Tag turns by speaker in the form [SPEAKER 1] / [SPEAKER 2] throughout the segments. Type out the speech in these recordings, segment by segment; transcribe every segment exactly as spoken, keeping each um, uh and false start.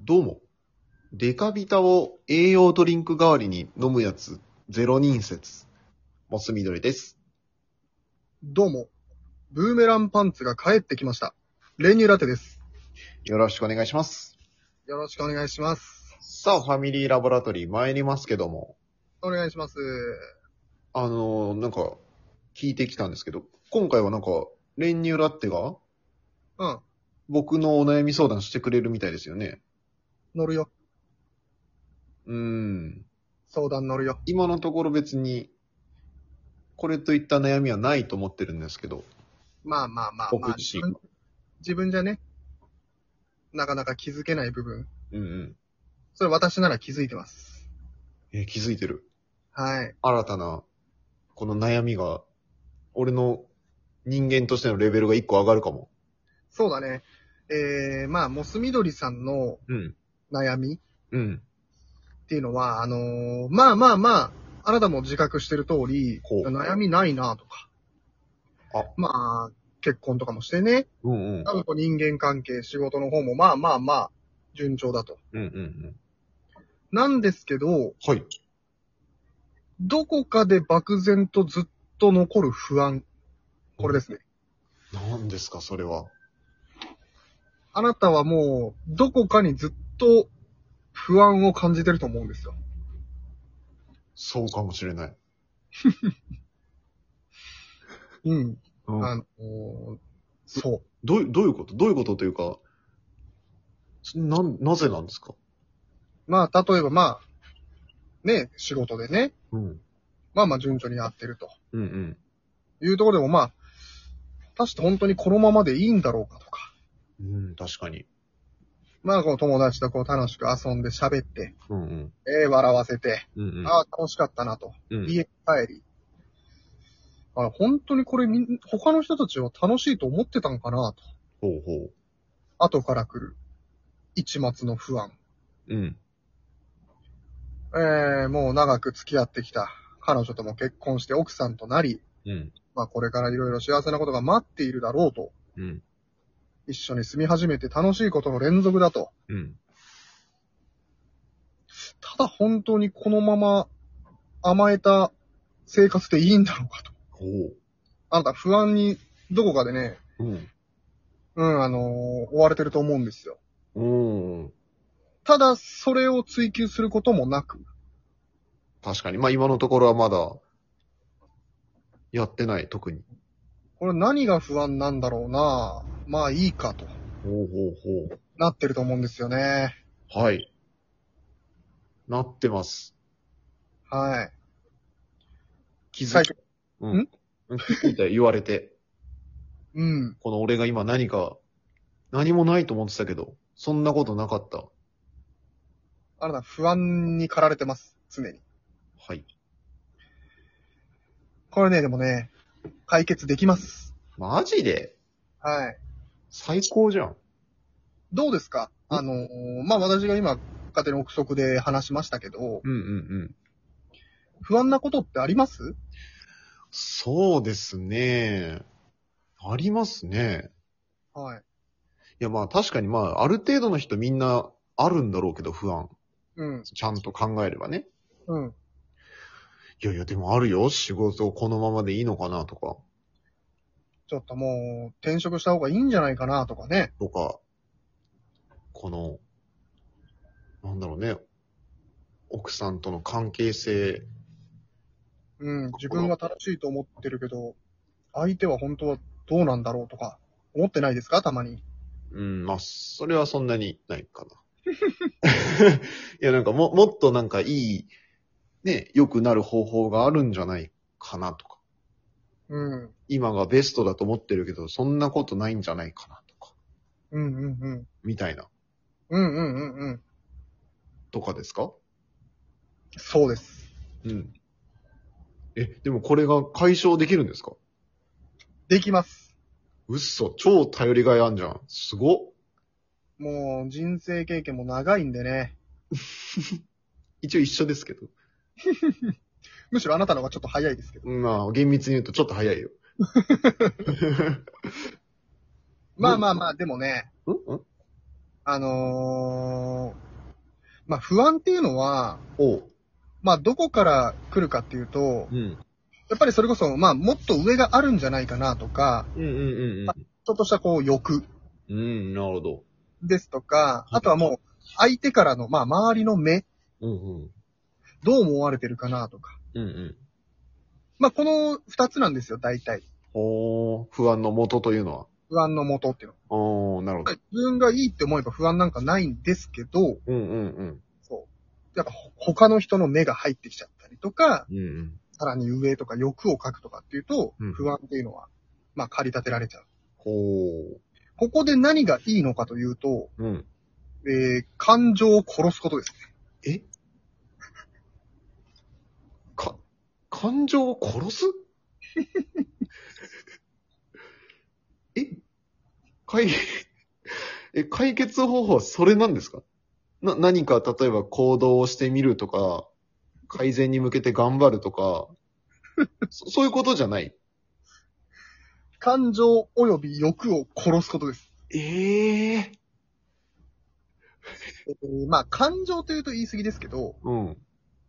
[SPEAKER 1] どうも。デカビタを栄養ドリンク代わりに飲むやつ、ゼロ人説。モス緑です。
[SPEAKER 2] どうも。ブーメランパンツが帰ってきました。練乳ラテです。
[SPEAKER 1] よろしくお願いします。
[SPEAKER 2] よろしくお願いします。
[SPEAKER 1] さあ、ファミリーラボラトリー参りますけども。
[SPEAKER 2] お願いします。
[SPEAKER 1] あのー、なんか、聞いてきたんですけど、今回はなんか、練乳ラッテが、
[SPEAKER 2] うん。
[SPEAKER 1] 僕のお悩み相談してくれるみたいですよね。
[SPEAKER 2] 乗るよ。
[SPEAKER 1] うーん。
[SPEAKER 2] 相談乗るよ。
[SPEAKER 1] 今のところ別に、これといった悩みはないと思ってるんですけど。
[SPEAKER 2] まあまあまあまあ。
[SPEAKER 1] 僕自身
[SPEAKER 2] 自分自分じゃね、なかなか気づけない部分。
[SPEAKER 1] うんうん。
[SPEAKER 2] それ私なら気づいてます。
[SPEAKER 1] えー気づいてる。
[SPEAKER 2] はい。
[SPEAKER 1] 新たな、この悩みが、俺の人間としてのレベルが一個上がるかも。
[SPEAKER 2] そうだね。えー、まあ、モス緑さんの
[SPEAKER 1] うん。
[SPEAKER 2] 悩み
[SPEAKER 1] うん。
[SPEAKER 2] っていうのは、あのーまあまあまあ、あなたも自覚してる通り、
[SPEAKER 1] ほう
[SPEAKER 2] 悩みないなとか。
[SPEAKER 1] あ
[SPEAKER 2] まあ、結婚とかもしてね。
[SPEAKER 1] うんうん。
[SPEAKER 2] 多分こう人間関係、仕事の方もまあまあまあ、順調だと。
[SPEAKER 1] うんうんうん。
[SPEAKER 2] なんですけど、
[SPEAKER 1] はい。
[SPEAKER 2] どこかで漠然とずっと残る不安。これですね。
[SPEAKER 1] 何ですか、それは。
[SPEAKER 2] あなたはもう、どこかにずっと不安を感じてると思うんですよ。
[SPEAKER 1] そうかもしれない。
[SPEAKER 2] うん。
[SPEAKER 1] うん。
[SPEAKER 2] あの、そ
[SPEAKER 1] どういう、どういうことどういうことというか、な、なぜなんですか？
[SPEAKER 2] う。まあ、例えばまあ、ね、仕事でね、
[SPEAKER 1] うん。
[SPEAKER 2] まあまあ順調にやってると
[SPEAKER 1] うんうん。
[SPEAKER 2] いうところでもまあ、果たして本当にこのままでいいんだろうかとか。
[SPEAKER 1] うん、確かに。
[SPEAKER 2] まあ、こう友達とこう楽しく遊んで喋って、
[SPEAKER 1] うんうん。
[SPEAKER 2] えー、笑わせて、
[SPEAKER 1] うんうん。
[SPEAKER 2] ああ、楽しかったなと。
[SPEAKER 1] うん。
[SPEAKER 2] 家帰り。あ本当にこれみん、他の人たちは楽しいと思ってたんかなと。
[SPEAKER 1] ほうほ
[SPEAKER 2] 後から来る。一末の不安。
[SPEAKER 1] う。うん。
[SPEAKER 2] えー、もう長く付き合ってきた。彼女とも結婚して奥さんとなり、
[SPEAKER 1] うん。
[SPEAKER 2] まあこれからいろいろ幸せなことが待っているだろうと。
[SPEAKER 1] うん。
[SPEAKER 2] 一緒に住み始めて楽しいことの連続だと。
[SPEAKER 1] うん。
[SPEAKER 2] ただ本当にこのまま甘えた生活でいいんだろうかと。
[SPEAKER 1] ほう。
[SPEAKER 2] あなた不安にどこかでね、
[SPEAKER 1] うん。
[SPEAKER 2] うん、あのー追われてると思うんですよ。
[SPEAKER 1] うん。
[SPEAKER 2] ただ、それを追求することもなく、
[SPEAKER 1] 確かに。まあ今のところはまだ、やってない、特に。
[SPEAKER 2] これ何が不安なんだろうなまあいいかと、
[SPEAKER 1] ほうほうほう。
[SPEAKER 2] なってると思うんですよね。
[SPEAKER 1] はい。なってます。
[SPEAKER 2] はい。
[SPEAKER 1] 気づい
[SPEAKER 2] 最近、
[SPEAKER 1] うん。
[SPEAKER 2] ん
[SPEAKER 1] うん気づいた、言われて。
[SPEAKER 2] うん。
[SPEAKER 1] この俺が今何か、何もないと思ってたけど、そんなことなかった。
[SPEAKER 2] あなた不安に駆られてます。常に。
[SPEAKER 1] はい。
[SPEAKER 2] これね、でもね、解決できます。
[SPEAKER 1] マジで
[SPEAKER 2] はい。
[SPEAKER 1] 最高じゃん。
[SPEAKER 2] どうですかあのーまあ私が今、家庭の憶測で話しましたけど、
[SPEAKER 1] うんうんうん。
[SPEAKER 2] 不安なことってあります？
[SPEAKER 1] そうですね。ありますね。
[SPEAKER 2] はい。
[SPEAKER 1] いやまあ確かにまあある程度の人みんなあるんだろうけど不安。
[SPEAKER 2] うん。
[SPEAKER 1] ちゃんと考えればね。
[SPEAKER 2] うん。
[SPEAKER 1] いやいやでもあるよ。仕事このままでいいのかなとか。
[SPEAKER 2] ちょっともう、転職した方がいいんじゃないかなとかね。
[SPEAKER 1] とか、この、なんだろうね。奥さんとの関係性。
[SPEAKER 2] うん。自分が正しいと思ってるけど、相手は本当はどうなんだろうとか、思ってないですかたまに。
[SPEAKER 1] うん、まあ、それはそんなにないかな。いや、なんかも、もっとなんかいい、ね、良くなる方法があるんじゃないかなとか。
[SPEAKER 2] うん。
[SPEAKER 1] 今がベストだと思ってるけど、そんなことないんじゃないかなとか。
[SPEAKER 2] うんうんうん。
[SPEAKER 1] みたいな。
[SPEAKER 2] うんうんうんうん。
[SPEAKER 1] とかですか？
[SPEAKER 2] そうです。
[SPEAKER 1] うん。え、でもこれが解消できるんですか？
[SPEAKER 2] できます。
[SPEAKER 1] うっそ、超頼りがいあんじゃん。すごっ。
[SPEAKER 2] もう人生経験も長いんでね。
[SPEAKER 1] 一応一緒ですけど。
[SPEAKER 2] むしろあなたの方がちょっと早いですけど。
[SPEAKER 1] まあ、厳密に言うとちょっと早いよ。
[SPEAKER 2] まあまあまあ、でもね、
[SPEAKER 1] んん
[SPEAKER 2] あのー、 まあ不安っていうのは、
[SPEAKER 1] おう。
[SPEAKER 2] まあどこから来るかっていうと、
[SPEAKER 1] うん。
[SPEAKER 2] やっぱりそれこそ、まあもっと上があるんじゃないかなとか、
[SPEAKER 1] うんうんうん
[SPEAKER 2] ちょっとしたこう欲
[SPEAKER 1] うん。うん、なるほど。
[SPEAKER 2] ですとか、あとはもう相手からの、まあ周りの目、
[SPEAKER 1] うんうん。
[SPEAKER 2] どう思われてるかなとか。
[SPEAKER 1] うんうん。
[SPEAKER 2] まあこの二つなんですよ、大体。
[SPEAKER 1] おー、不安の元というのは。
[SPEAKER 2] 不安の元っていうのは。
[SPEAKER 1] おー、なるほど。
[SPEAKER 2] 自分がいいって思えば不安なんかないんですけど、
[SPEAKER 1] うんうんうん。
[SPEAKER 2] そう。やっぱ他の人の目が入ってきちゃったりとか、
[SPEAKER 1] うんうん。
[SPEAKER 2] さらに上とか欲を書くとかっていうと、
[SPEAKER 1] うん
[SPEAKER 2] 不安っていうのは、まあ、駆り立てられちゃう。
[SPEAKER 1] ほ
[SPEAKER 2] ここで何がいいのかというと、
[SPEAKER 1] ー。うん。
[SPEAKER 2] えー、感情を殺すことですね。
[SPEAKER 1] えか、感情を殺すえ解、え、解決方法はそれなんですか？な、何か例えば行動をしてみるとか、改善に向けて頑張るとか、そ、そういうことじゃない。
[SPEAKER 2] 感情及び欲を殺すことです。
[SPEAKER 1] ええ
[SPEAKER 2] えー、まあ、感情というと言い過ぎですけど、
[SPEAKER 1] ー。うん。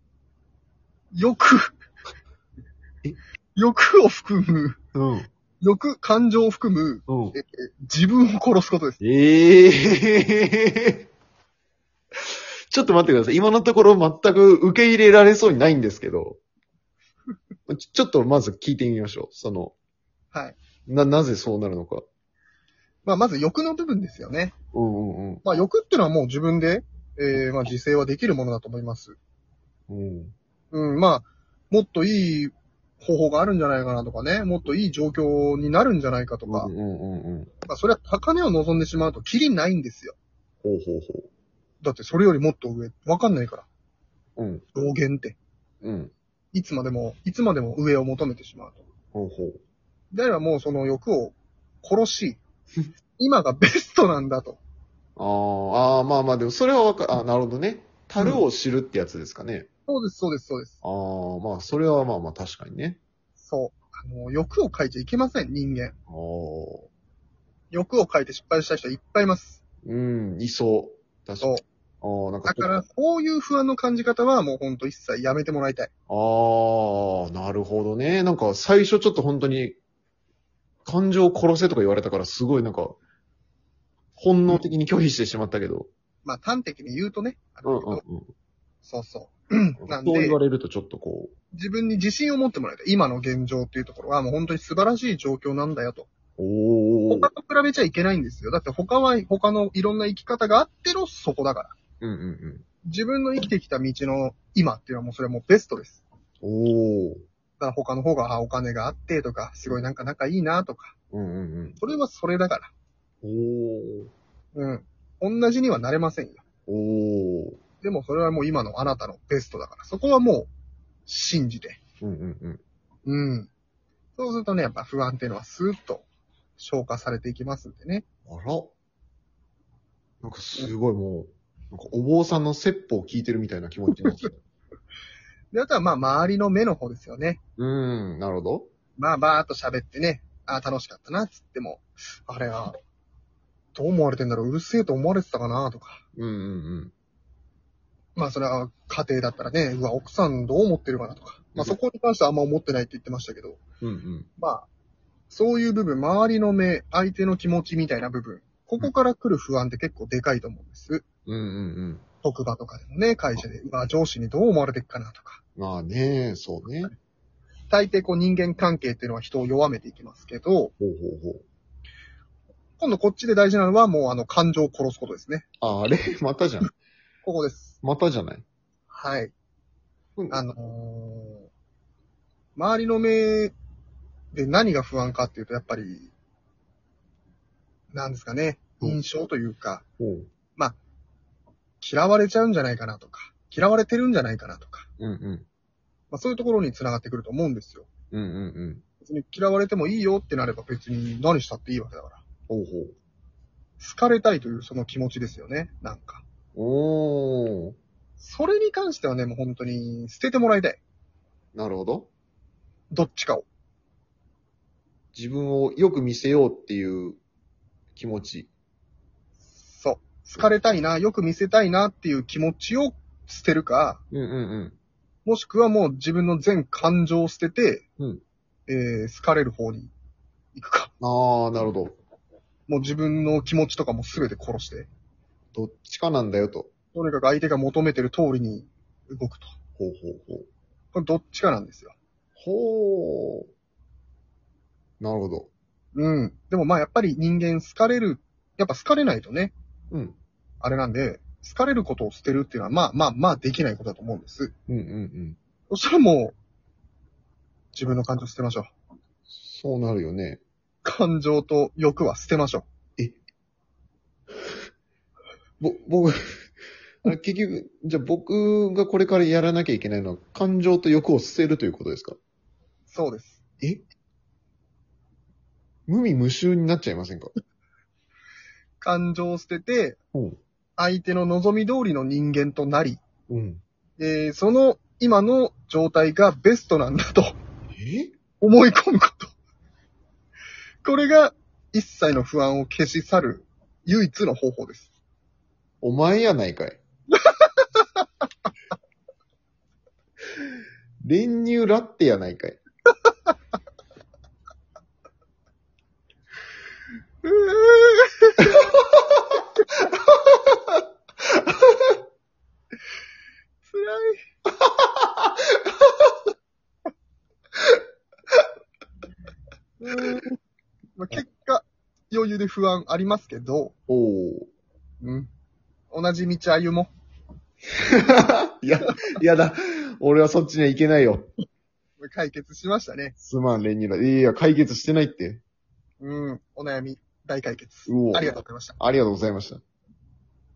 [SPEAKER 2] 欲、
[SPEAKER 1] え
[SPEAKER 2] 欲を含む、
[SPEAKER 1] うん。
[SPEAKER 2] 欲、感情を含む、
[SPEAKER 1] うん。
[SPEAKER 2] えー自分を殺すことです。
[SPEAKER 1] ええー。ちょっと待ってください。今のところ全く受け入れられそうにないんですけど、ちょちょっとまず聞いてみましょう。その、
[SPEAKER 2] はい。
[SPEAKER 1] な、なぜそうなるのか。
[SPEAKER 2] まあ、まず欲の部分ですよね。
[SPEAKER 1] うんうん
[SPEAKER 2] まあ、欲っていうのはもう自分で、えー、まあ、自制はできるものだと思います。
[SPEAKER 1] うん。うん。
[SPEAKER 2] うん、まあ、もっといい方法があるんじゃないかなとかね、もっといい状況になるんじゃないかとか、
[SPEAKER 1] うんうんうんうん。
[SPEAKER 2] まあ、それは高値を望んでしまうとキリないんですよ。
[SPEAKER 1] ほうほうほ
[SPEAKER 2] だってそれよりもっと上、わかんないから。
[SPEAKER 1] う。うん。
[SPEAKER 2] 上限って。
[SPEAKER 1] うん。
[SPEAKER 2] いつまでも、いつまでも上を求めてしまうと。
[SPEAKER 1] ほうほう。
[SPEAKER 2] であればもうその欲を殺し、今がベストなんだと。
[SPEAKER 1] あーあー、まあまあ、でもそれはわか、あ、なるほどね。樽
[SPEAKER 2] うん
[SPEAKER 1] を知るってやつですかね。
[SPEAKER 2] そうです、そうです、そうです。
[SPEAKER 1] ああ、まあ、それはまあまあ確かにね。
[SPEAKER 2] そう。あの、欲を書いちゃいけません、人間。
[SPEAKER 1] ああ、
[SPEAKER 2] 欲を書いて失敗した人いっぱいいます。
[SPEAKER 1] うん、いそう。確か
[SPEAKER 2] そう。
[SPEAKER 1] に。ああ、なんかちょっ
[SPEAKER 2] だから、こういう不安の感じ方はもうほんと一切やめてもらいたい。
[SPEAKER 1] と、ああ、なるほどね。なんか最初ちょっと本当に、感情を殺せとか言われたから、すごいなんか、本能的に拒否してしまったけど。
[SPEAKER 2] まあ端的に言うとね、ある
[SPEAKER 1] うん
[SPEAKER 2] けど、
[SPEAKER 1] うん
[SPEAKER 2] そうそう。
[SPEAKER 1] うん。
[SPEAKER 2] なん
[SPEAKER 1] そう言
[SPEAKER 2] で、
[SPEAKER 1] われるとちょっとこ
[SPEAKER 2] 自分に自信を持ってもらいたい。今の現状っていうところはもう本当に素晴らしい状況なんだよと。
[SPEAKER 1] う、おお。
[SPEAKER 2] 他と比べちゃいけないんですよ。だって他は、他のいろんな生き方があってのそこだから。
[SPEAKER 1] うんうんうん。
[SPEAKER 2] 自分の生きてきた道の今っていうのはもうそれはもうベストです。
[SPEAKER 1] おお。
[SPEAKER 2] だから他の方が、あ、お金があってとか、すごいなんか仲いいなとか。
[SPEAKER 1] うんうんうん。
[SPEAKER 2] それはそれだから。
[SPEAKER 1] おお。
[SPEAKER 2] うん。同じにはなれませんよ。
[SPEAKER 1] おお。
[SPEAKER 2] でもそれはもう今のあなたのベストだから。そこはもう信じて。
[SPEAKER 1] うんうんうん。
[SPEAKER 2] うん。そうするとね、やっぱ不安っていうのはスーッと消化されていきますんでね。
[SPEAKER 1] あら。なんかすごいもう、なんかお坊さんの説法を聞いてるみたいな気持ちになってきた。
[SPEAKER 2] で、あとはまあ周りの目の方ですよね。
[SPEAKER 1] うーん、なるほど。
[SPEAKER 2] まあバーっと喋ってね、あ楽しかったな、つっても、あれは、どう思われてんだろう、うるせえと思われてたかな、とか。
[SPEAKER 1] うんうん
[SPEAKER 2] まあそれは家庭だったらね、うわ、奥さんどう思ってるかなとか。まあそこに関してはあんま思ってないって言ってましたけど、
[SPEAKER 1] うん。うんうん。
[SPEAKER 2] まあ、そういう部分、周りの目、相手の気持ちみたいな部分、ここから来る不安って結構でかいと思うんです。
[SPEAKER 1] うんうんうん。
[SPEAKER 2] 職場とかでもね、会社で、うわ、上司にどう思われてるかなとか。
[SPEAKER 1] まあね、そうね。
[SPEAKER 2] 大抵こう人間関係っていうのは人を弱めていきますけど、
[SPEAKER 1] ほうほうほう。
[SPEAKER 2] 今度こっちで大事なのはもうあの感情を殺すことですね。
[SPEAKER 1] あ、あれまたじゃん。
[SPEAKER 2] ここです。
[SPEAKER 1] またじゃない。
[SPEAKER 2] はい。
[SPEAKER 1] うん
[SPEAKER 2] あのー、周りの目で何が不安かっていうと、やっぱり、なんですかね、
[SPEAKER 1] うん
[SPEAKER 2] 印象というか、
[SPEAKER 1] ほう。
[SPEAKER 2] 嫌われちゃうんじゃないかなとか、嫌われてるんじゃないかなとか、
[SPEAKER 1] うんうん。
[SPEAKER 2] まあそういうところに繋がってくると思うんですよ。
[SPEAKER 1] うんうんうん。
[SPEAKER 2] 別に嫌われてもいいよってなれば別に何したっていいわけだから。
[SPEAKER 1] ほうほう。
[SPEAKER 2] 好かれたいというその気持ちですよね、なんか。
[SPEAKER 1] おー。
[SPEAKER 2] それに関してはね、もう本当に捨ててもらいたい。
[SPEAKER 1] なるほど。
[SPEAKER 2] どっちかを。
[SPEAKER 1] 自分をよく見せようっていう気持ち。
[SPEAKER 2] そう。 好かれたいな、よく見せたいなっていう気持ちを捨てるか、
[SPEAKER 1] うんうんうん。
[SPEAKER 2] もしくはもう自分の全感情を捨てて、
[SPEAKER 1] うん
[SPEAKER 2] えー、好かれる方に行くか。
[SPEAKER 1] ああ、なるほど。
[SPEAKER 2] もう自分の気持ちとかも全て殺して、
[SPEAKER 1] どっちかなんだよと。
[SPEAKER 2] とにかく相手が求めてる通りに動くと。
[SPEAKER 1] ほうほうほう。
[SPEAKER 2] これどっちかなんですよ。
[SPEAKER 1] ほう。なるほど。
[SPEAKER 2] うん。でもまあやっぱり人間好かれる、やっぱ好かれないとね、
[SPEAKER 1] うん。
[SPEAKER 2] あれなんで、好かれることを捨てるっていうのはまあまあまあできないことだと思うんです。
[SPEAKER 1] うんうんうん。
[SPEAKER 2] そしたらもう、自分の感情捨てましょう。
[SPEAKER 1] そうなるよね。
[SPEAKER 2] 感情と欲は捨てましょ
[SPEAKER 1] ぼ、僕、あれ結局、じゃあ僕がこれからやらなきゃいけないのは、感情と欲を捨てるということですか？
[SPEAKER 2] う。そうです。
[SPEAKER 1] え無味無臭になっちゃいませんか？
[SPEAKER 2] 感情を捨てて、
[SPEAKER 1] うん。
[SPEAKER 2] 相手の望み通りの人間となり、
[SPEAKER 1] うん。
[SPEAKER 2] で、その今の状態がベストなんだと
[SPEAKER 1] え
[SPEAKER 2] 思い込むこと。これが一切の不安を消し去る唯一の方法です。
[SPEAKER 1] お前やないかい。練乳ラッテやないかい。
[SPEAKER 2] うー辛い。うーんまあ、結果、余裕で不安ありますけど、
[SPEAKER 1] おお。
[SPEAKER 2] うん。同じ道歩も
[SPEAKER 1] いや、やだ。俺はそっちには行けないよ。
[SPEAKER 2] う。解決しましたね。
[SPEAKER 1] すまん、練乳ラッテ。いや、解決してないって。
[SPEAKER 2] うん。お悩み、大解決
[SPEAKER 1] うお。
[SPEAKER 2] ありがとうございました。
[SPEAKER 1] ありがとうございました。